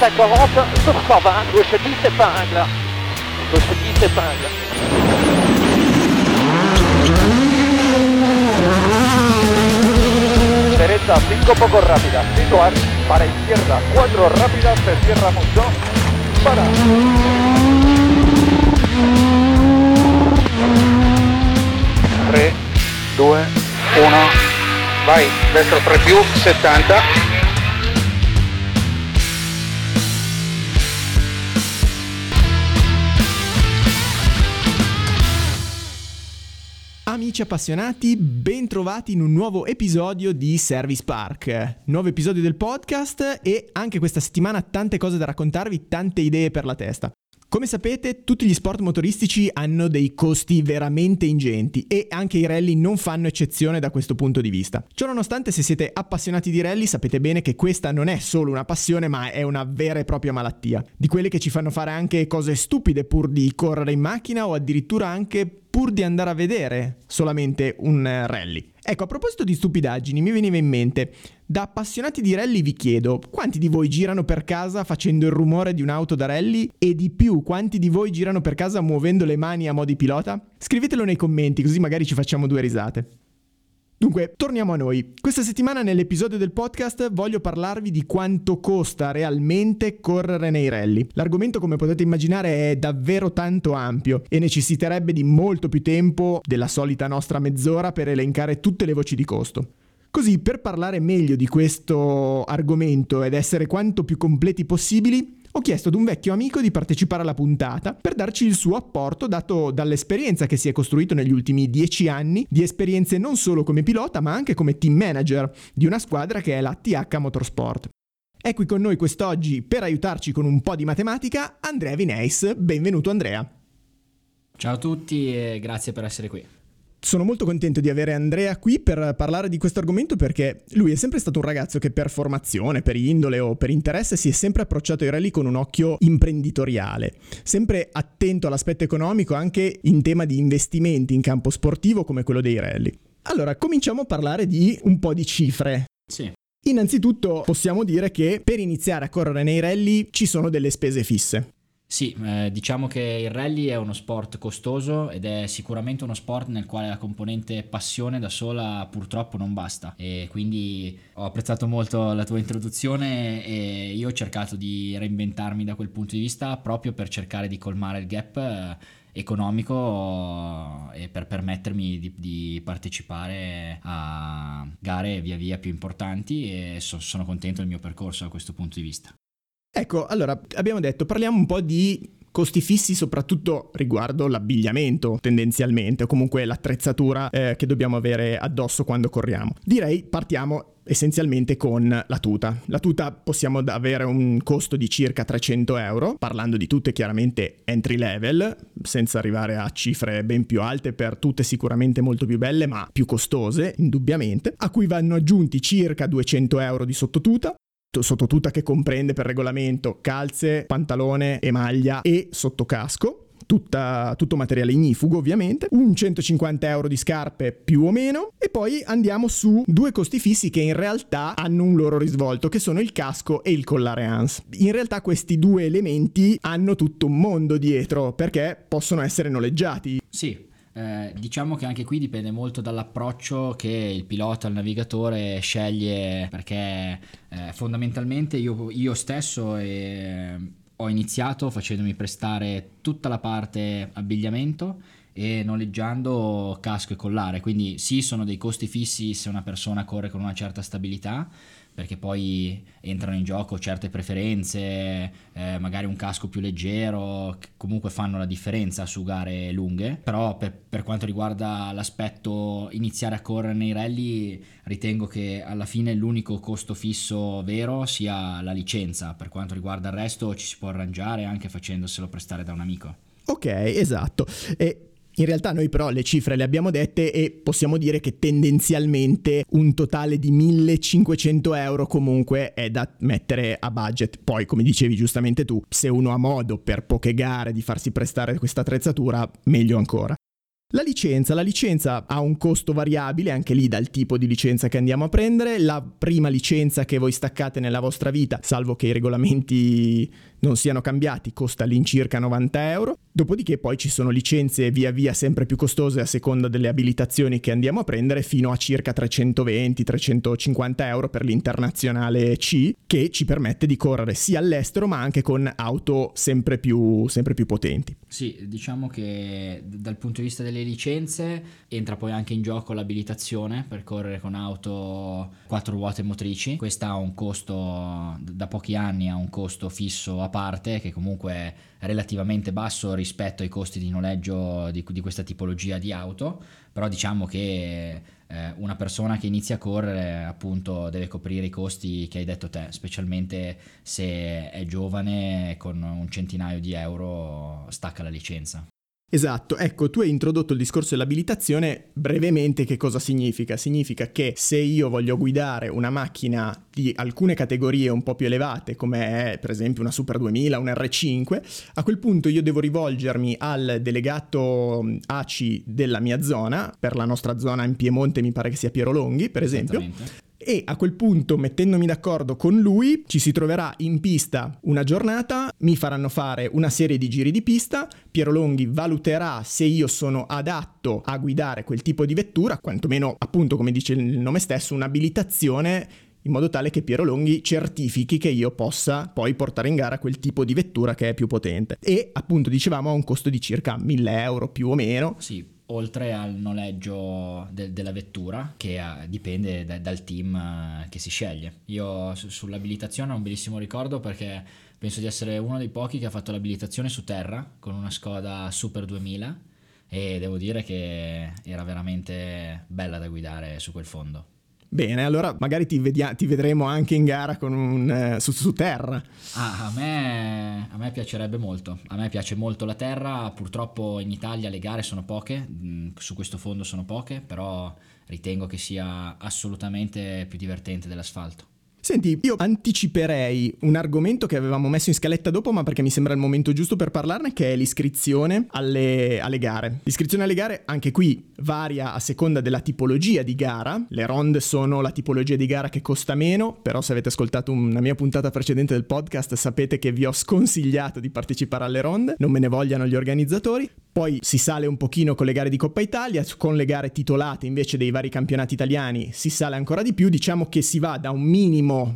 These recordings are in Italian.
240, 220, 210 épingles. 210 épingles. Derecha 5 poco rápida, situar, para izquierda 4 rápidas, se cierra mucho, para. 3, 2, 1, vai, destro 3 più, 70. Amici appassionati, ben trovati in un nuovo episodio di Service Park. Nuovo episodio del podcast e anche questa settimana tante cose da raccontarvi, tante idee per la testa. Come sapete, tutti gli sport motoristici hanno dei costi veramente ingenti e anche i rally non fanno eccezione da questo punto di vista. Ciononostante, se siete appassionati di rally, sapete bene che questa non è solo una passione, ma è una vera e propria malattia. Di quelle che ci fanno fare anche cose stupide pur di correre in macchina o addirittura anche pur di andare a vedere solamente un rally. Ecco, a proposito di stupidaggini, mi veniva in mente, da appassionati di rally vi chiedo, quanti di voi girano per casa facendo il rumore di un'auto da rally e di più, quanti di voi girano per casa muovendo le mani a mo' di pilota? Scrivetelo nei commenti, così magari ci facciamo due risate. Dunque, torniamo a noi. Questa settimana nell'episodio del podcast voglio parlarvi di quanto costa realmente correre nei rally. L'argomento, come potete immaginare, è davvero tanto ampio e necessiterebbe di molto più tempo della solita nostra mezz'ora per elencare tutte le voci di costo. Così, per parlare meglio di questo argomento ed essere quanto più completi possibili, ho chiesto ad un vecchio amico di partecipare alla puntata per darci il suo apporto dato dall'esperienza che si è costruito negli ultimi 10 anni, di esperienze non solo come pilota ma anche come team manager di una squadra che è la TH Motorsport. È qui con noi quest'oggi per aiutarci con un po' di matematica Andrea Vineis. Benvenuto Andrea. Ciao a tutti e grazie per essere qui. Sono molto contento di avere Andrea qui per parlare di questo argomento perché lui è sempre stato un ragazzo che per formazione, per indole o per interesse si è sempre approcciato ai rally con un occhio imprenditoriale, sempre attento all'aspetto economico anche in tema di investimenti in campo sportivo come quello dei rally. Allora, cominciamo a parlare di un po' di cifre. Sì. Innanzitutto possiamo dire che per iniziare a correre nei rally ci sono delle spese fisse. Sì, diciamo che il rally è uno sport costoso ed è sicuramente uno sport nel quale la componente passione da sola purtroppo non basta, e quindi ho apprezzato molto la tua introduzione e io ho cercato di reinventarmi da quel punto di vista proprio per cercare di colmare il gap economico e per permettermi di partecipare a gare via via più importanti e sono contento del mio percorso da questo punto di vista. Ecco, allora abbiamo detto parliamo un po' di costi fissi soprattutto riguardo l'abbigliamento tendenzialmente o comunque l'attrezzatura che dobbiamo avere addosso quando corriamo. Direi partiamo essenzialmente con la tuta. La tuta possiamo avere un costo di circa 300 euro, parlando di tutte chiaramente entry level, senza arrivare a cifre ben più alte per tutte sicuramente molto più belle ma più costose indubbiamente, a cui vanno aggiunti circa 200 euro di sottotuta che comprende per regolamento calze, pantalone e maglia e sottocasco, tutto materiale ignifugo ovviamente, un 150 euro di scarpe più o meno e poi andiamo su due costi fissi che in realtà hanno un loro risvolto che sono il casco e il collare ANS. In realtà questi due elementi hanno tutto un mondo dietro perché possono essere noleggiati. Sì. Diciamo che anche qui dipende molto dall'approccio che il pilota, il navigatore sceglie, perché fondamentalmente io stesso ho iniziato facendomi prestare tutta la parte abbigliamento e noleggiando casco e collare, quindi sì, sono dei costi fissi se una persona corre con una certa stabilità, perché poi entrano in gioco certe preferenze, magari un casco più leggero, che comunque fanno la differenza su gare lunghe. Però per quanto riguarda l'aspetto iniziare a correre nei rally, ritengo che alla fine l'unico costo fisso vero sia la licenza. Per quanto riguarda il resto ci si può arrangiare anche facendoselo prestare da un amico. Ok, esatto. In realtà noi però le cifre le abbiamo dette e possiamo dire che tendenzialmente un totale di 1.500 euro comunque è da mettere a budget. Poi, come dicevi giustamente tu, se uno ha modo per poche gare di farsi prestare questa attrezzatura, meglio ancora. La licenza ha un costo variabile, anche lì dal tipo di licenza che andiamo a prendere. La prima licenza che voi staccate nella vostra vita, salvo che i regolamenti non siano cambiati, costa all'incirca 90 euro. Dopodiché poi ci sono licenze via via sempre più costose a seconda delle abilitazioni che andiamo a prendere, fino a circa 320-350 euro per l'internazionale C, che ci permette di correre sia all'estero ma anche con auto sempre più potenti. Sì, diciamo che dal punto di vista delle licenze entra poi anche in gioco l'abilitazione per correre con auto 4 ruote motrici. Questa ha un costo, da pochi anni ha un costo fisso a parte, che comunque è relativamente basso rispetto ai costi di noleggio di questa tipologia di auto, però diciamo che una persona che inizia a correre appunto deve coprire i costi che hai detto te, specialmente se è giovane, con un centinaio di euro stacca la licenza. Esatto, ecco, tu hai introdotto il discorso dell'abilitazione. Brevemente che cosa significa? Significa che se io voglio guidare una macchina di alcune categorie un po' più elevate, come è per esempio una Super 2000, un R5, a quel punto io devo rivolgermi al delegato ACI della mia zona. Per la nostra zona in Piemonte mi pare che sia Piero Longhi, per esempio. E a quel punto, mettendomi d'accordo con lui, ci si troverà in pista una giornata, mi faranno fare una serie di giri di pista, Piero Longhi valuterà se io sono adatto a guidare quel tipo di vettura, quantomeno appunto, come dice il nome stesso, un'abilitazione, in modo tale che Piero Longhi certifichi che io possa poi portare in gara quel tipo di vettura che è più potente. E appunto dicevamo ha un costo di circa 1.000 euro più o meno. Sì, oltre al noleggio della vettura, che dipende dal team che si sceglie. Io sull'abilitazione ho un bellissimo ricordo, perché penso di essere uno dei pochi che ha fatto l'abilitazione su terra con una Skoda Super 2000, e devo dire che era veramente bella da guidare su quel fondo. Bene, allora magari ti vedremo anche in gara con su terra. A me piacerebbe molto. A me piace molto la terra. Purtroppo in Italia le gare sono poche, su questo fondo sono poche, però ritengo che sia assolutamente più divertente dell'asfalto. Senti, io anticiperei un argomento che avevamo messo in scaletta dopo, ma perché mi sembra il momento giusto per parlarne, che è l'iscrizione alle gare. L'iscrizione alle gare anche qui varia a seconda della tipologia di gara. Le ronde sono la tipologia di gara che costa meno, però se avete ascoltato una mia puntata precedente del podcast sapete che vi ho sconsigliato di partecipare alle ronde, non me ne vogliano gli organizzatori. Poi si sale un pochino con le gare di Coppa Italia, con le gare titolate invece dei vari campionati italiani si sale ancora di più. Diciamo che si va da un minimo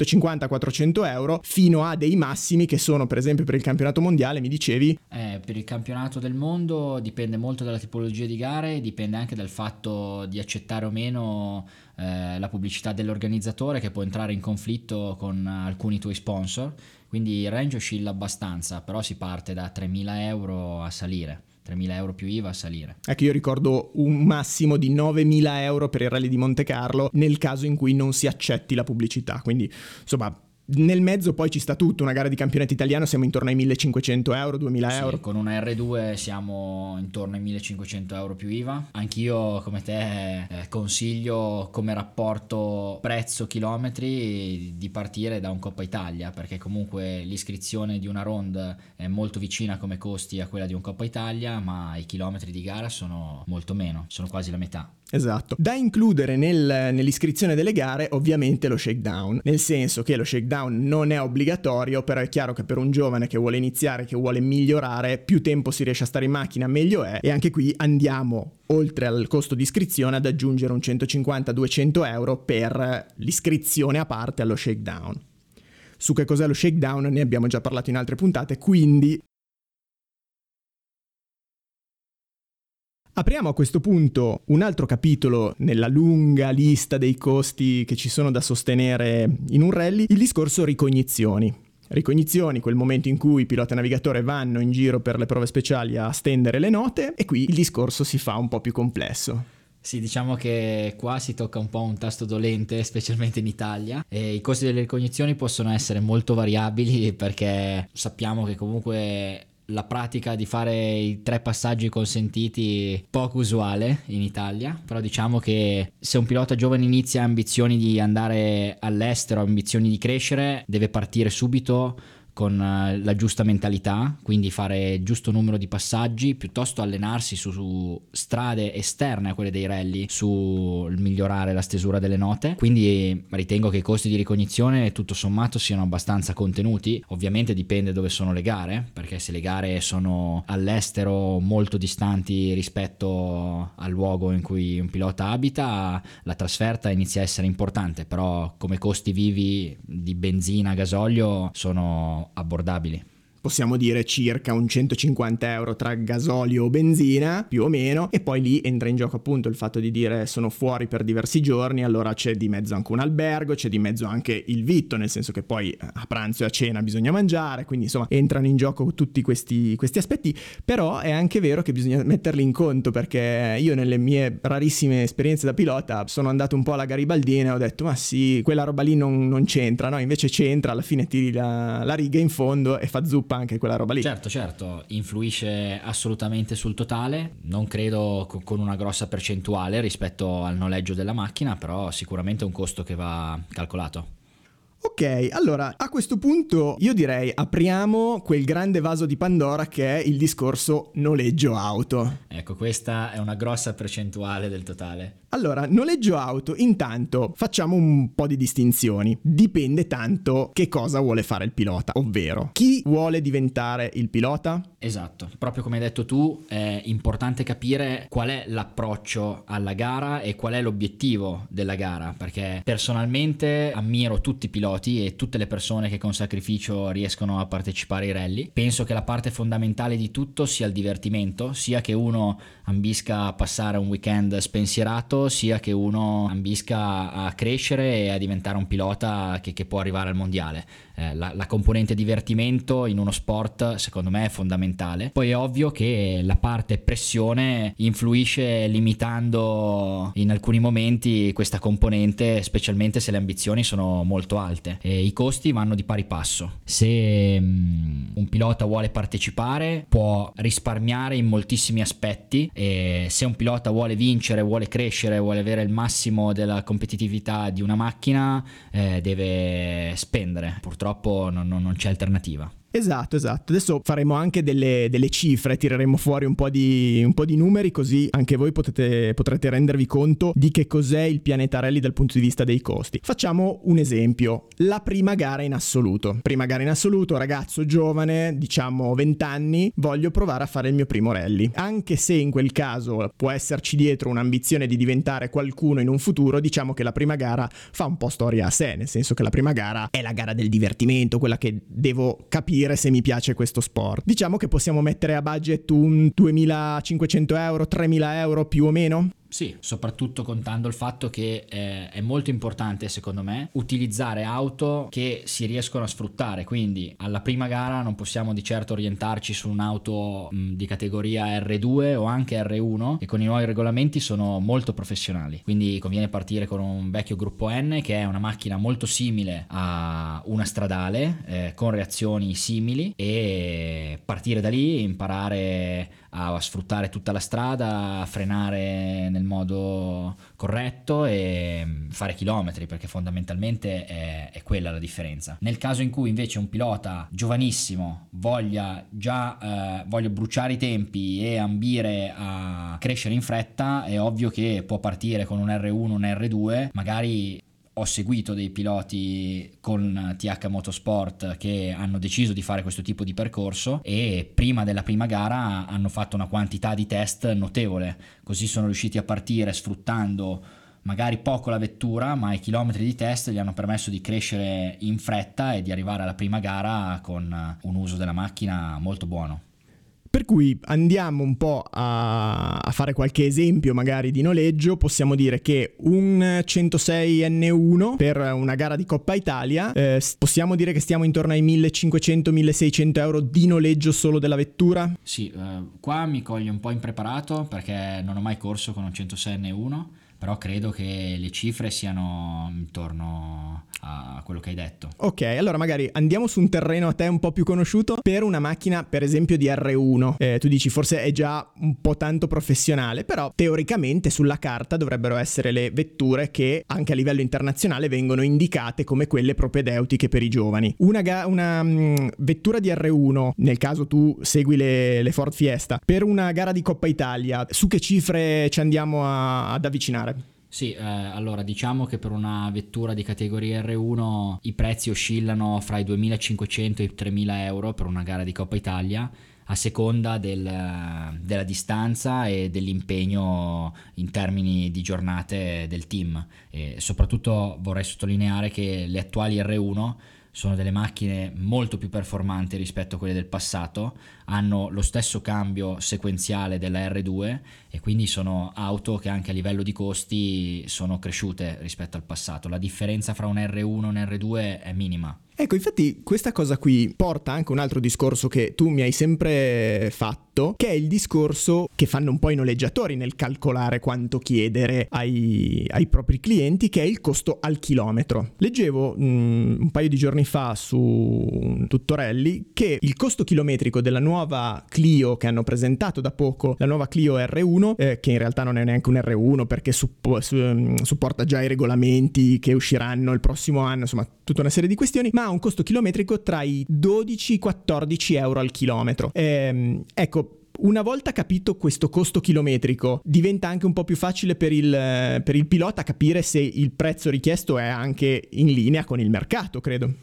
350-400 euro fino a dei massimi che sono, per esempio, per il campionato mondiale, mi dicevi? Per il campionato del mondo dipende molto dalla tipologia di gare, dipende anche dal fatto di accettare o meno la pubblicità dell'organizzatore, che può entrare in conflitto con alcuni tuoi sponsor. Quindi il range oscilla abbastanza, però si parte da 3.000 euro a salire, 3.000 euro più IVA a salire. Ecco, io ricordo un massimo di 9.000 euro per il Rally di Monte Carlo nel caso in cui non si accetti la pubblicità. Quindi, insomma, nel mezzo poi ci sta tutto. Una gara di campionato italiano siamo intorno ai 1.500 euro, 2.000 euro. Con una R2 siamo intorno ai 1.500 euro più IVA. Anch'io, come te, consiglio come rapporto prezzo-chilometri di partire da un Coppa Italia, perché comunque l'iscrizione di una ronde è molto vicina come costi a quella di un Coppa Italia, ma i chilometri di gara sono molto meno, sono quasi la metà. Esatto. Da includere nell'iscrizione delle gare ovviamente lo shakedown, nel senso che lo shakedown non è obbligatorio, però è chiaro che per un giovane che vuole iniziare, che vuole migliorare, più tempo si riesce a stare in macchina meglio è, e anche qui andiamo oltre al costo di iscrizione ad aggiungere un 150-200 euro per l'iscrizione a parte allo shakedown. Su che cos'è lo shakedown ne abbiamo già parlato in altre puntate, quindi apriamo a questo punto un altro capitolo nella lunga lista dei costi che ci sono da sostenere in un rally, il discorso ricognizioni. Ricognizioni, quel momento in cui pilota e navigatore vanno in giro per le prove speciali a stendere le note, e qui il discorso si fa un po' più complesso. Sì, diciamo che qua si tocca un po' un tasto dolente, specialmente in Italia, e i costi delle ricognizioni possono essere molto variabili, perché sappiamo che comunque la pratica di fare i 3 passaggi consentiti poco usuale in Italia, però diciamo che se un pilota giovane inizia ambizioni di andare all'estero, ambizioni di crescere, deve partire subito con la giusta mentalità, quindi fare il giusto numero di passaggi, piuttosto allenarsi su strade esterne a quelle dei rally, sul migliorare la stesura delle note. Quindi ritengo che i costi di ricognizione tutto sommato siano abbastanza contenuti. Ovviamente dipende dove sono le gare, perché se le gare sono all'estero molto distanti rispetto al luogo in cui un pilota abita, la trasferta inizia a essere importante, però come costi vivi di benzina, gasolio sono abbordabili. Possiamo dire circa un 150 euro tra gasolio o benzina, più o meno, e poi lì entra in gioco appunto il fatto di dire sono fuori per diversi giorni, allora c'è di mezzo anche un albergo, c'è di mezzo anche il vitto, nel senso che poi a pranzo e a cena bisogna mangiare, quindi insomma entrano in gioco tutti questi aspetti, però è anche vero che bisogna metterli in conto, perché io nelle mie rarissime esperienze da pilota sono andato un po' alla garibaldina e ho detto ma sì, quella roba lì non c'entra, no? Invece c'entra, alla fine tiri la riga in fondo e fa zuppa anche quella roba lì. Certo, influisce assolutamente sul totale, non credo con una grossa percentuale rispetto al noleggio della macchina, però sicuramente è un costo che va calcolato. Ok, allora a questo punto io direi apriamo quel grande vaso di Pandora che è il discorso noleggio auto. Ecco, questa è una grossa percentuale del totale. Allora, noleggio auto, intanto facciamo un po' di distinzioni. Dipende tanto che cosa vuole fare il pilota, ovvero chi vuole diventare il pilota? Esatto, proprio come hai detto tu, è importante capire qual è l'approccio alla gara e qual è l'obiettivo della gara, perché personalmente ammiro tutti i piloti e tutte le persone che con sacrificio riescono a partecipare ai rally. Penso che la parte fondamentale di tutto sia il divertimento, sia che uno ambisca a passare un weekend spensierato, sia che uno ambisca a crescere e a diventare un pilota che può arrivare al mondiale. La componente divertimento in uno sport secondo me è fondamentale. Poi è ovvio che la parte pressione influisce limitando in alcuni momenti questa componente, specialmente se le ambizioni sono molto alte, e i costi vanno di pari passo. Se un pilota vuole partecipare può risparmiare in moltissimi aspetti, e se un pilota vuole vincere, vuole crescere, vuole avere il massimo della competitività di una macchina, deve spendere. Purtroppo non c'è alternativa. Esatto. Adesso faremo anche delle cifre, tireremo fuori un po' di numeri, così anche voi potrete rendervi conto di che cos'è il pianeta rally dal punto di vista dei costi. Facciamo un esempio: la prima gara in assoluto, ragazzo giovane, diciamo 20 anni, voglio provare a fare il mio primo rally. Anche se in quel caso può esserci dietro un'ambizione di diventare qualcuno in un futuro, diciamo che la prima gara fa un po' storia a sé, nel senso che la prima gara è la gara del divertimento, quella che devo capire se mi piace questo sport. Diciamo che possiamo mettere a budget un 2.500 euro, 3.000 euro più o meno. Sì, soprattutto contando il fatto che è molto importante secondo me utilizzare auto che si riescono a sfruttare, quindi alla prima gara non possiamo di certo orientarci su un'auto di categoria R2 o anche R1, che con i nuovi regolamenti sono molto professionali, quindi conviene partire con un vecchio gruppo N, che è una macchina molto simile a una stradale, con reazioni simili, e partire da lì, imparare a sfruttare tutta la strada, a frenare nel modo corretto e fare chilometri, perché fondamentalmente è quella la differenza. Nel caso in cui invece un pilota giovanissimo voglia bruciare i tempi e ambire a crescere in fretta, è ovvio che può partire con un R1, un R2, magari. Ho seguito dei piloti con TH Motorsport che hanno deciso di fare questo tipo di percorso e prima della prima gara hanno fatto una quantità di test notevole, così sono riusciti a partire sfruttando magari poco la vettura, ma i chilometri di test gli hanno permesso di crescere in fretta e di arrivare alla prima gara con un uso della macchina molto buono. Per cui andiamo un po' a fare qualche esempio magari di noleggio. Possiamo dire che un 106 N1 per una gara di Coppa Italia, possiamo dire che stiamo intorno ai 1.500-1.600 euro di noleggio solo della vettura? Sì, qua mi coglie un po' impreparato perché non ho mai corso con un 106 N1, però credo che le cifre siano intorno a quello che hai detto. Ok, allora magari andiamo su un terreno a te un po' più conosciuto per una macchina per esempio di R1. Tu dici forse è già un po' tanto professionale, però teoricamente sulla carta dovrebbero essere le vetture che anche a livello internazionale vengono indicate come quelle propedeutiche per i giovani. Una vettura di R1, nel caso tu segui le Ford Fiesta, per una gara di Coppa Italia, su che cifre ci andiamo ad avvicinare? Sì, allora diciamo che per una vettura di categoria R1 i prezzi oscillano fra i 2.500 e i 3.000 euro per una gara di Coppa Italia, a seconda della distanza e dell'impegno in termini di giornate del team. E soprattutto vorrei sottolineare che le attuali R1 sono delle macchine molto più performanti rispetto a quelle del passato, hanno lo stesso cambio sequenziale della R2 e quindi sono auto che anche a livello di costi sono cresciute rispetto al passato. La differenza fra un R1 e un R2 è minima. Ecco, infatti questa cosa qui porta anche un altro discorso che tu mi hai sempre fatto, che è il discorso che fanno un po' i noleggiatori nel calcolare quanto chiedere ai propri clienti, che è il costo al chilometro. Leggevo un paio di giorni fa su Tuttorelli che il costo chilometrico della nuova Clio che hanno presentato da poco, la nuova Clio R1, che in realtà non è neanche un R1 perché supporta già i regolamenti che usciranno il prossimo anno, insomma tutta una serie di questioni, ma ha un costo chilometrico tra i 12 e i 14 euro al chilometro. Ecco, una volta capito questo costo chilometrico, diventa anche un po' più facile per il pilota capire se il prezzo richiesto è anche in linea con il mercato, credo.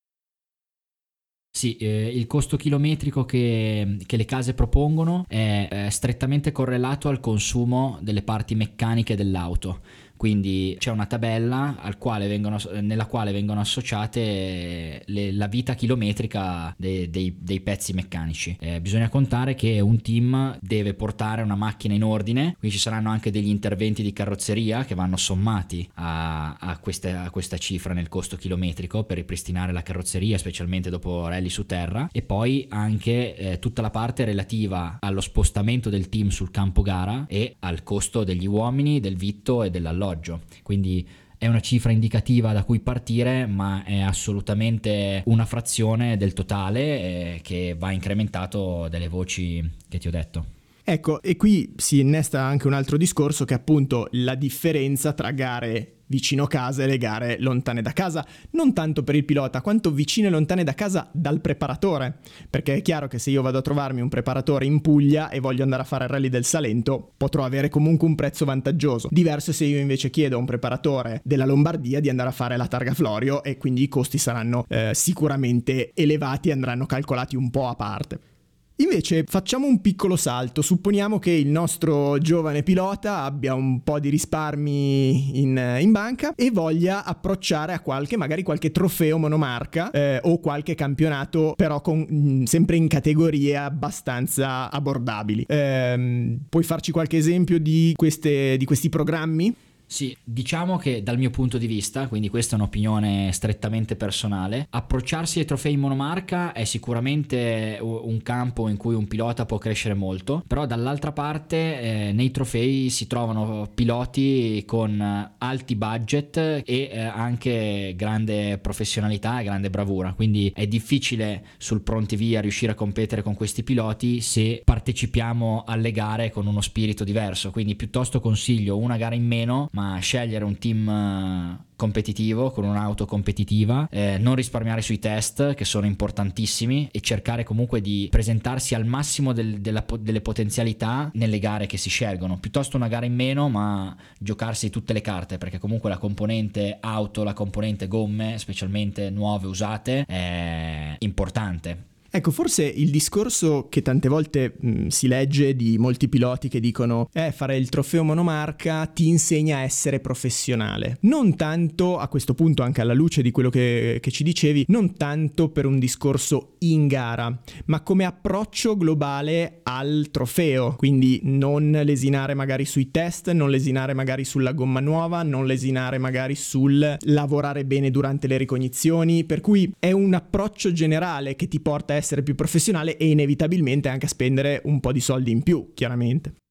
Sì, il costo chilometrico che le case propongono è strettamente correlato al consumo delle parti meccaniche dell'auto. Quindi c'è una tabella nella quale vengono associate la vita chilometrica dei pezzi meccanici. Bisogna contare che un team deve portare una macchina in ordine, quindi ci saranno anche degli interventi di carrozzeria che vanno sommati a questa cifra nel costo chilometrico per ripristinare la carrozzeria, specialmente dopo rally su terra, e poi anche tutta la parte relativa allo spostamento del team sul campo gara e al costo degli uomini, del vitto e dell'alloggio. Quindi è una cifra indicativa da cui partire, ma è assolutamente una frazione del totale che va incrementato dalle voci che ti ho detto. Ecco, e qui si innesta anche un altro discorso, che è appunto la differenza tra gare vicino casa e le gare lontane da casa, non tanto per il pilota quanto vicine e lontane da casa dal preparatore, perché è chiaro che se io vado a trovarmi un preparatore in Puglia e voglio andare a fare il Rally del Salento, potrò avere comunque un prezzo vantaggioso. Diverso se io invece chiedo a un preparatore della Lombardia di andare a fare la Targa Florio, e quindi i costi saranno sicuramente elevati e andranno calcolati un po' a parte. Invece facciamo un piccolo salto, supponiamo che il nostro giovane pilota abbia un po' di risparmi in banca e voglia approcciare a magari qualche trofeo monomarca o qualche campionato, però sempre in categorie abbastanza abbordabili. Puoi farci qualche esempio di questi programmi? Sì, diciamo che dal mio punto di vista, quindi questa è un'opinione strettamente personale, approcciarsi ai trofei monomarca è sicuramente un campo in cui un pilota può crescere molto, però dall'altra parte nei trofei si trovano piloti con alti budget e anche grande professionalità e grande bravura, quindi è difficile sul pronti via riuscire a competere con questi piloti se partecipiamo alle gare con uno spirito diverso, quindi piuttosto consiglio una gara in meno, ma scegliere un team competitivo con un'auto competitiva, non risparmiare sui test che sono importantissimi e cercare comunque di presentarsi al massimo delle potenzialità nelle gare che si scelgono, piuttosto una gara in meno ma giocarsi tutte le carte, perché comunque la componente auto, la componente gomme, specialmente nuove usate, è importante. Ecco, forse il discorso che tante volte si legge di molti piloti che dicono fare il trofeo monomarca ti insegna a essere professionale. Non tanto, a questo punto anche alla luce di quello che ci dicevi, non tanto per un discorso in gara, ma come approccio globale al trofeo. Quindi non lesinare magari sui test, non lesinare magari sulla gomma nuova, non lesinare magari sul lavorare bene durante le ricognizioni, per cui è un approccio generale che ti porta a essere più professionale e inevitabilmente anche a spendere un po' di soldi in più, chiaramente.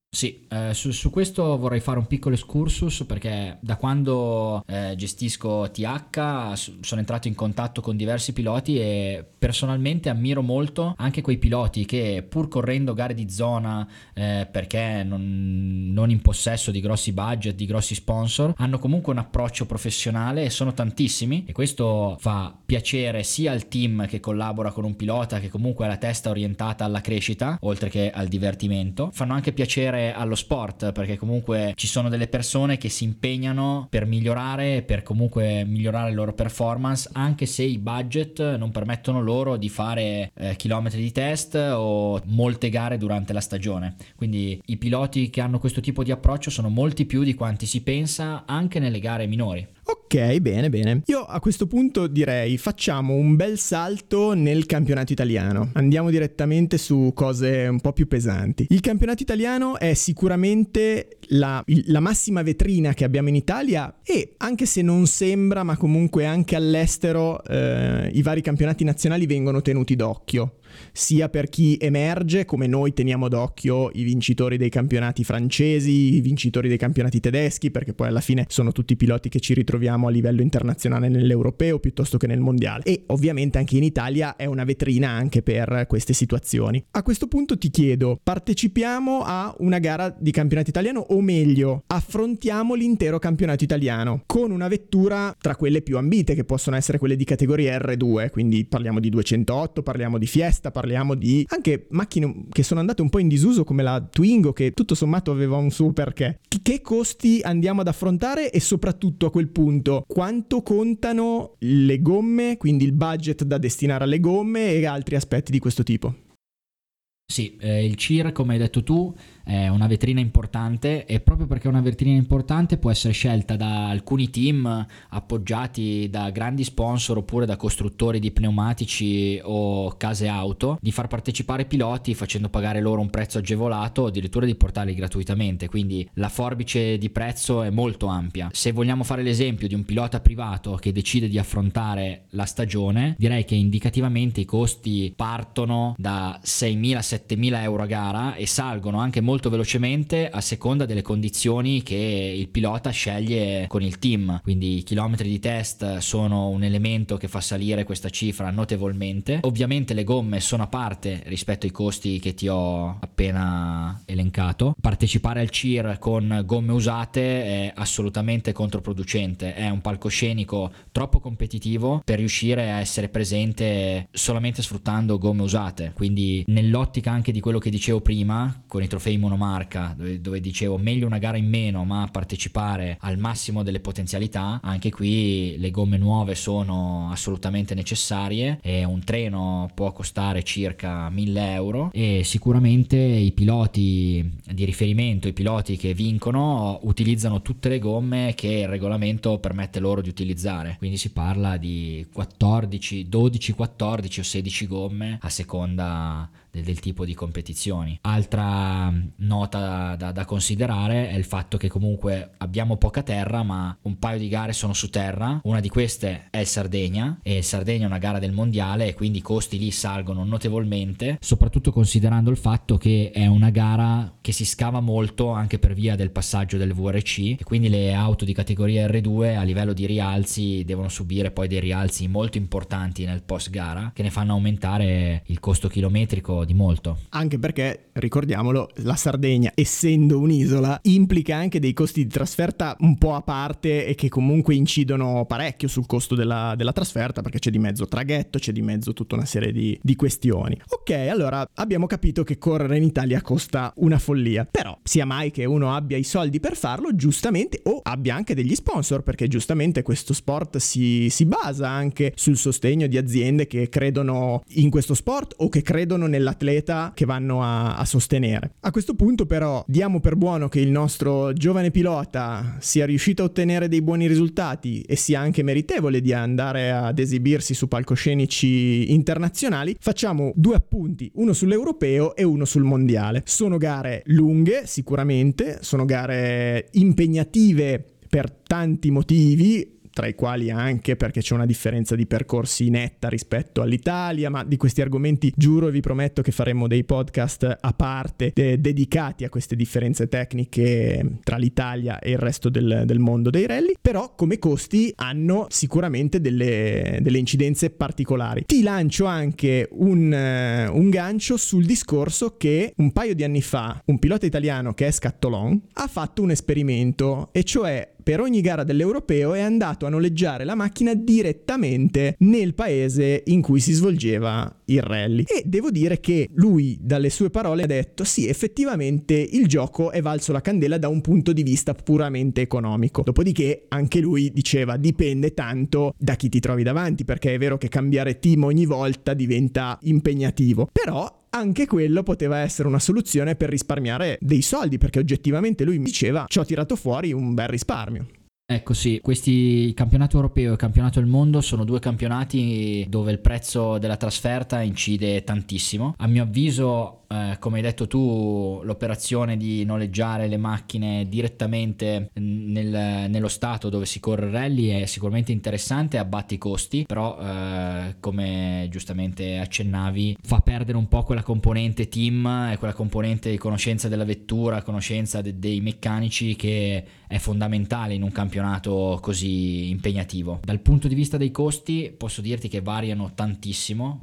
Sì, su questo vorrei fare un piccolo excursus, perché da quando gestisco TH sono entrato in contatto con diversi piloti e personalmente ammiro molto anche quei piloti che, pur correndo gare di zona perché non in possesso di grossi budget, di grossi sponsor, hanno comunque un approccio professionale e sono tantissimi, e questo fa piacere sia al team che collabora con un pilota che comunque ha la testa orientata alla crescita oltre che al divertimento. Fanno anche piacere allo sport, perché comunque ci sono delle persone che si impegnano per migliorare, per comunque migliorare le loro performance, anche se i budget non permettono loro di fare chilometri di test o molte gare durante la stagione. Quindi i piloti che hanno questo tipo di approccio sono molti più di quanti si pensa, anche nelle gare minori. Ok, bene, bene. Io a questo punto direi facciamo un bel salto nel campionato italiano. Andiamo direttamente su cose un po' più pesanti. Il campionato italiano è sicuramente la massima vetrina che abbiamo in Italia, e anche se non sembra, ma comunque anche all'estero i vari campionati nazionali vengono tenuti d'occhio. Sia per chi emerge, come noi teniamo d'occhio i vincitori dei campionati francesi, i vincitori dei campionati tedeschi, perché poi alla fine sono tutti piloti che ci ritroviamo a livello internazionale nell'europeo piuttosto che nel mondiale, e ovviamente anche in Italia è una vetrina anche per queste situazioni. A questo punto ti chiedo, partecipiamo a una gara di campionato italiano, o meglio, affrontiamo l'intero campionato italiano con una vettura tra quelle più ambite, che possono essere quelle di categoria R2, quindi parliamo di 208, parliamo di Fiesta, parliamo di anche macchine che sono andate un po' in disuso come la Twingo, che tutto sommato aveva un suo perché. Che costi andiamo ad affrontare, e soprattutto a quel punto quanto contano le gomme, quindi il budget da destinare alle gomme e altri aspetti di questo tipo? Sì, il CIR, come hai detto tu, è una vetrina importante, e proprio perché è una vetrina importante può essere scelta da alcuni team appoggiati da grandi sponsor oppure da costruttori di pneumatici o case auto, di far partecipare piloti facendo pagare loro un prezzo agevolato o addirittura di portarli gratuitamente. Quindi la forbice di prezzo è molto ampia. Se vogliamo fare l'esempio di un pilota privato che decide di affrontare la stagione, direi che indicativamente i costi partono da 6.000-7.000 euro a gara e salgono anche molto velocemente a seconda delle condizioni che il pilota sceglie con il team. Quindi i chilometri di test sono un elemento che fa salire questa cifra notevolmente. Ovviamente le gomme sono a parte rispetto ai costi che ti ho appena elencato. Partecipare al CIR con gomme usate è assolutamente controproducente, è un palcoscenico troppo competitivo per riuscire a essere presente solamente sfruttando gomme usate. Quindi nell'ottica anche di quello che dicevo prima con i trofei monomarca, dove dicevo meglio una gara in meno ma partecipare al massimo delle potenzialità, anche qui le gomme nuove sono assolutamente necessarie, e un treno può costare circa 1.000 euro, e sicuramente i piloti di riferimento, i piloti che vincono, utilizzano tutte le gomme che il regolamento permette loro di utilizzare. Quindi si parla di 12, 14 o 16 gomme a seconda del tipo di competizioni. Altra nota da considerare è il fatto che comunque abbiamo poca terra, ma un paio di gare sono su terra. Una di queste è il Sardegna, e il Sardegna è una gara del mondiale, e quindi i costi lì salgono notevolmente, soprattutto considerando il fatto che è una gara che si scava molto anche per via del passaggio del VRC, e quindi le auto di categoria R2 a livello di rialzi devono subire poi dei rialzi molto importanti nel post gara, che ne fanno aumentare il costo chilometrico di molto. Anche perché, ricordiamolo, la Sardegna, essendo un'isola, implica anche dei costi di trasferta un po' a parte, e che comunque incidono parecchio sul costo della trasferta, perché c'è di mezzo traghetto, c'è di mezzo tutta una serie di questioni. Ok, allora abbiamo capito che correre in Italia costa una follia, però sia mai che uno abbia i soldi per farlo, giustamente, o abbia anche degli sponsor, perché giustamente questo sport si basa anche sul sostegno di aziende che credono in questo sport o che credono nell'atleta che vanno a sostenere. A questo punto però diamo per buono che il nostro giovane pilota sia riuscito a ottenere dei buoni risultati e sia anche meritevole di andare ad esibirsi su palcoscenici internazionali. Facciamo 2 appunti, uno sull'europeo e uno sul mondiale. Sono gare lunghe sicuramente, sono gare impegnative per tanti motivi, tra i quali anche perché c'è una differenza di percorsi netta rispetto all'Italia, ma di questi argomenti giuro e vi prometto che faremo dei podcast a parte dedicati a queste differenze tecniche tra l'Italia e il resto del mondo dei rally. Però come costi hanno sicuramente delle incidenze particolari. Ti lancio anche un gancio sul discorso che un paio di anni fa un pilota italiano che è Scattolon ha fatto un esperimento, e cioè per ogni gara dell'Europeo è andato a noleggiare la macchina direttamente nel paese in cui si svolgeva il rally, e devo dire che lui dalle sue parole ha detto sì, effettivamente il gioco è valso la candela da un punto di vista puramente economico. Dopodiché anche lui diceva dipende tanto da chi ti trovi davanti, perché è vero che cambiare team ogni volta diventa impegnativo, però anche quello poteva essere una soluzione per risparmiare dei soldi, perché oggettivamente lui mi diceva ci ho tirato fuori un bel risparmio. Ecco sì, questi campionato europeo e campionato del mondo sono due campionati dove il prezzo della trasferta incide tantissimo. A mio avviso, come hai detto tu, l'operazione di noleggiare le macchine direttamente nello stato dove si corre il rally è sicuramente interessante e abbatte i costi, però come giustamente accennavi fa perdere un po' quella componente team e quella componente di conoscenza della vettura, conoscenza dei meccanici che è fondamentale in un campionato così impegnativo. Dal punto di vista dei costi posso dirti che variano tantissimo,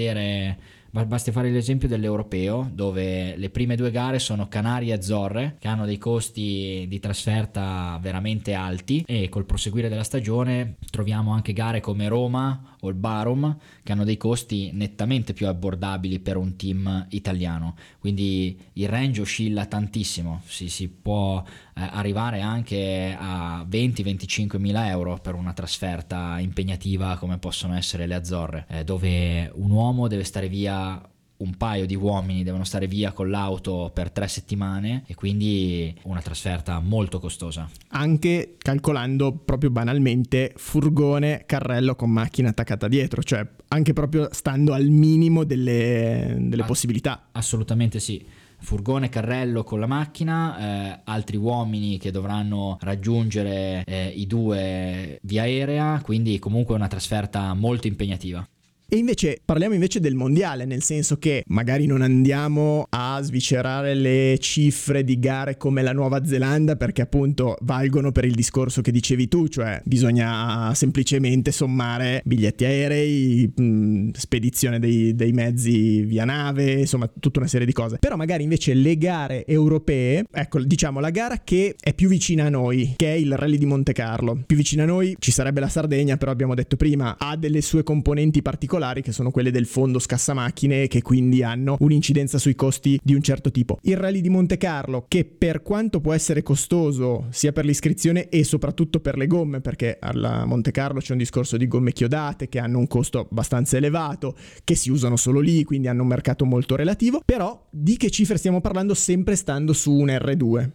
basti fare l'esempio dell'Europeo, dove le prime due gare sono Canarie e Azzorre, che hanno dei costi di trasferta veramente alti, e col proseguire della stagione troviamo anche gare come Roma o il Barum, che hanno dei costi nettamente più abbordabili per un team italiano. Quindi il range oscilla tantissimo, si può arrivare anche a 20-25 mila euro per una trasferta impegnativa come possono essere le Azzorre, dove un uomo deve stare via, un paio di uomini devono stare via con l'auto per 3 settimane, e quindi una trasferta molto costosa. Anche calcolando proprio banalmente furgone, carrello con macchina attaccata dietro, cioè anche proprio stando al minimo delle possibilità. Assolutamente sì. Furgone, carrello con la macchina, altri uomini che dovranno raggiungere i due via aerea, quindi comunque una trasferta molto impegnativa. E invece parliamo invece del mondiale, nel senso che magari non andiamo a sviscerare le cifre di gare come la Nuova Zelanda, perché appunto valgono per il discorso che dicevi tu, cioè bisogna semplicemente sommare biglietti aerei, spedizione dei mezzi via nave, insomma tutta una serie di cose. Però magari invece le gare europee, ecco, diciamo la gara che è più vicina a noi, che è il Rally di Monte Carlo. Più vicina a noi ci sarebbe la Sardegna, però abbiamo detto prima ha delle sue componenti particolari, che sono quelle del fondo scassamacchine, che quindi hanno un'incidenza sui costi di un certo tipo. Il Rally di Monte Carlo, che per quanto può essere costoso sia per l'iscrizione e soprattutto per le gomme, perché alla Monte Carlo c'è un discorso di gomme chiodate che hanno un costo abbastanza elevato, che si usano solo lì, quindi hanno un mercato molto relativo. Però di che cifre stiamo parlando, sempre stando su un R2?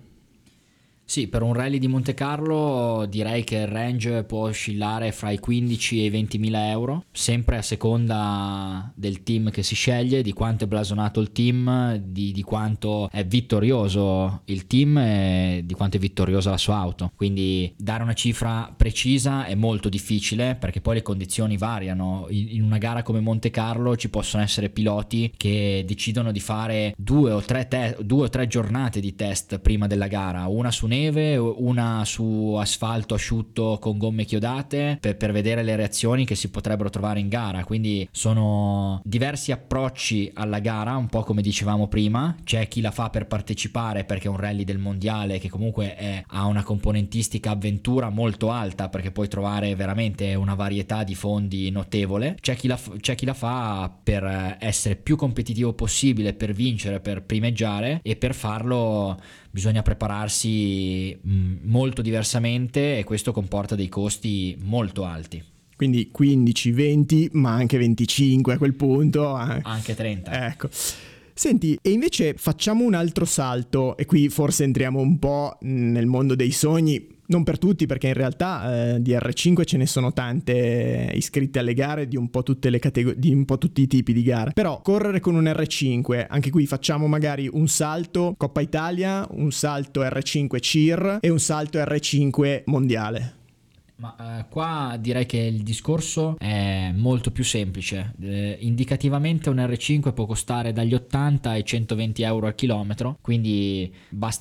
Sì, per un rally di Monte Carlo direi che il range può oscillare fra i 15 e i 20 mila euro, sempre a seconda del team che si sceglie, di quanto è blasonato il team, di quanto è vittorioso il team e di quanto è vittoriosa la sua auto. Quindi dare una cifra precisa è molto difficile, perché poi le condizioni variano. In una gara come Monte Carlo ci possono essere piloti che decidono di fare 2 o 3 giornate di test prima della gara, una su neve, una su asfalto asciutto con gomme chiodate, per vedere le reazioni che si potrebbero trovare in gara. Quindi sono diversi approcci alla gara, un po' come dicevamo prima. C'è chi la fa per partecipare, perché è un rally del mondiale che comunque ha una componentistica avventura molto alta, perché puoi trovare veramente una varietà di fondi notevole. C'è chi la fa per essere più competitivo possibile, per vincere, per primeggiare, e per farlo bisogna prepararsi molto diversamente, e questo comporta dei costi molto alti. Quindi 15, 20, ma anche 25 a quel punto. Anche 30. Ecco. Senti, e invece facciamo un altro salto, e qui forse entriamo un po' nel mondo dei sogni. Non per tutti, perché in realtà di R5 ce ne sono tante iscritte alle gare di un po' tutte le di un po' tutti i tipi di gare. Però correre con un R5, anche qui facciamo magari un salto Coppa Italia, un salto R5 CIR e un salto R5 mondiale. Ma qua direi che il discorso è molto più semplice. Indicativamente un R5 può costare dagli 80 ai 120 euro al chilometro, quindi basta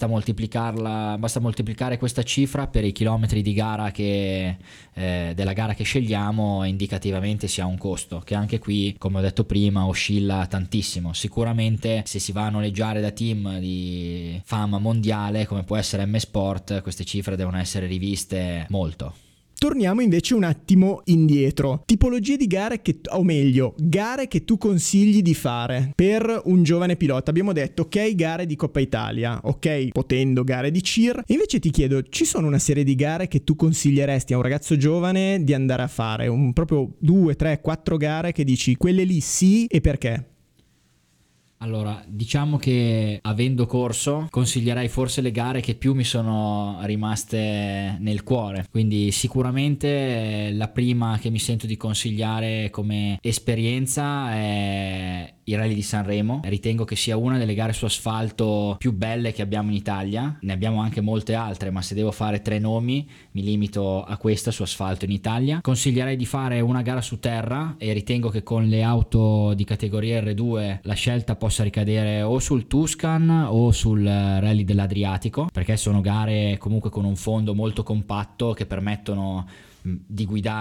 moltiplicare questa cifra per i chilometri di gara della gara che scegliamo, e indicativamente si ha un costo che anche qui, come ho detto prima, oscilla tantissimo. Sicuramente se si va a noleggiare da team di fama mondiale come può essere M Sport, queste cifre devono essere riviste molto. Torniamo invece un attimo indietro. Tipologie di gare gare che tu consigli di fare per un giovane pilota. Abbiamo detto ok, gare di Coppa Italia, ok, potendo gare di CIR. Invece ti chiedo, ci sono una serie di gare che tu consiglieresti a un ragazzo giovane di andare a fare? Proprio 2, 3, 4 gare che dici quelle lì sì, e perché? Allora, diciamo che avendo corso consiglierei forse le gare che più mi sono rimaste nel cuore, quindi sicuramente la prima che mi sento di consigliare come esperienza è il Rally di Sanremo. Ritengo che sia una delle gare su asfalto più belle che abbiamo in Italia, ne abbiamo anche molte altre, ma se devo fare 3 nomi mi limito a questa su asfalto in Italia. Consiglierei di fare una gara su terra e ritengo che con le auto di categoria R2 la scelta possa ricadere o sul Tuscan o sul Rally dell'Adriatico, perché sono gare comunque con un fondo molto compatto che permettono di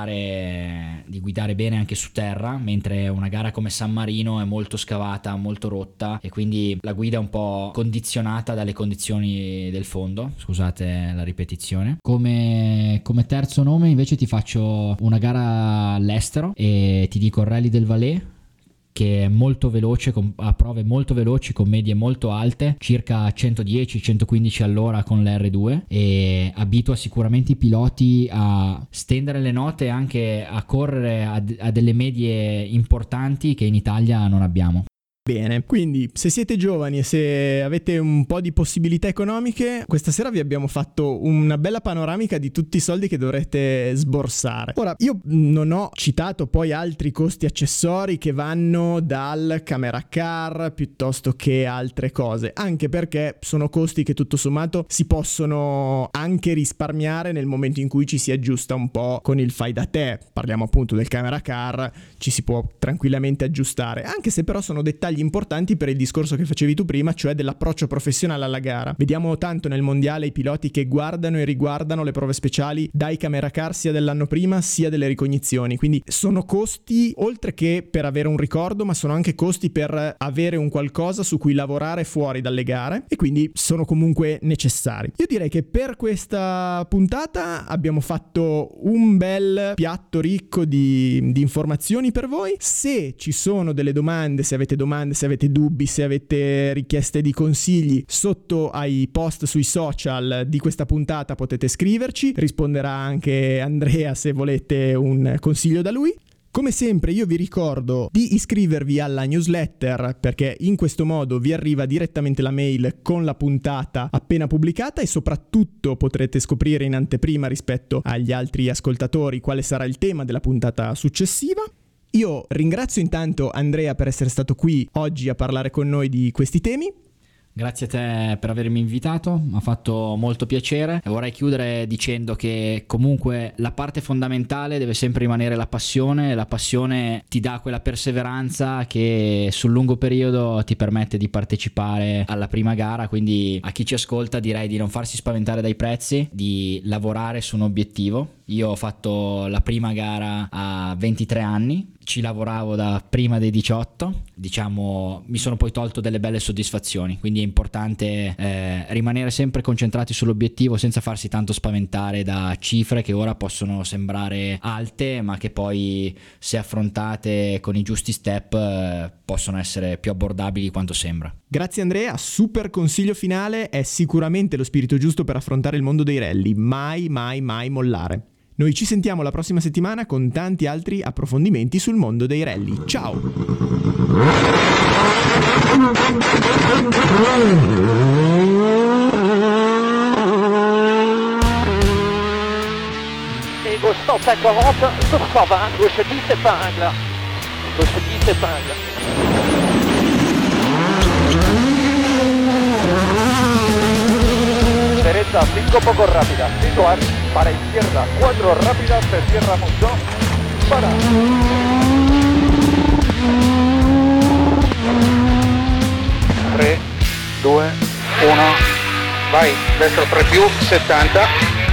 guidare bene anche su terra, mentre una gara come San Marino è molto scavata, molto rotta, e quindi la guida è un po' condizionata dalle condizioni del fondo, scusate la ripetizione. Come terzo nome invece ti faccio una gara all'estero e ti dico il Rally del Valais, che è molto veloce, ha prove molto veloci con medie molto alte, circa 110-115 all'ora con l'R2, e abitua sicuramente i piloti a stendere le note e anche a correre a delle medie importanti che in Italia non abbiamo. Bene, quindi se siete giovani e se avete un po' di possibilità economiche, questa sera vi abbiamo fatto una bella panoramica di tutti i soldi che dovrete sborsare. Ora, io non ho citato poi altri costi accessori che vanno dal camera car piuttosto che altre cose, anche perché sono costi che tutto sommato si possono anche risparmiare nel momento in cui ci si aggiusta un po' con il fai da te. Parliamo appunto del camera car, ci si può tranquillamente aggiustare, anche se però sono dettagli importanti per il discorso che facevi tu prima, cioè dell'approccio professionale alla gara. Vediamo tanto nel mondiale i piloti che guardano e riguardano le prove speciali dai camera car sia dell'anno prima sia delle ricognizioni, quindi sono costi oltre che per avere un ricordo, ma sono anche costi per avere un qualcosa su cui lavorare fuori dalle gare, e quindi sono comunque necessari. Io direi che per questa puntata abbiamo fatto un bel piatto ricco di informazioni per voi. Se ci sono delle domande, se avete dubbi, se avete richieste di consigli, sotto ai post sui social di questa puntata potete scriverci, risponderà anche Andrea se volete un consiglio da lui. Come sempre io vi ricordo di iscrivervi alla newsletter, perché in questo modo vi arriva direttamente la mail con la puntata appena pubblicata, e soprattutto potrete scoprire in anteprima rispetto agli altri ascoltatori quale sarà il tema della puntata successiva. Io ringrazio intanto Andrea per essere stato qui oggi a parlare con noi di questi temi. Grazie a te per avermi invitato, mi ha fatto molto piacere, e vorrei chiudere dicendo che comunque la parte fondamentale deve sempre rimanere la passione. La passione ti dà quella perseveranza che sul lungo periodo ti permette di partecipare alla prima gara, quindi a chi ci ascolta direi di non farsi spaventare dai prezzi, di lavorare su un obiettivo. Io ho fatto la prima gara a 23 anni, ci lavoravo da prima dei 18, diciamo mi sono poi tolto delle belle soddisfazioni, quindi è importante rimanere sempre concentrati sull'obiettivo senza farsi tanto spaventare da cifre che ora possono sembrare alte, ma che poi se affrontate con i giusti step possono essere più abbordabili di quanto sembra. Grazie Andrea, super consiglio finale, è sicuramente lo spirito giusto per affrontare il mondo dei rally, mai mollare. Noi ci sentiamo la prossima settimana con tanti altri approfondimenti sul mondo dei rally. Ciao! Ego 140 sur 120, gauche 10 épingle. Gauche 10 épingle. Teresa 5 poco rápidas, situar, para izquierda, 4 rápidas, se cierra mucho, para. 3, 2, 1, vai, destro 3 più, 70.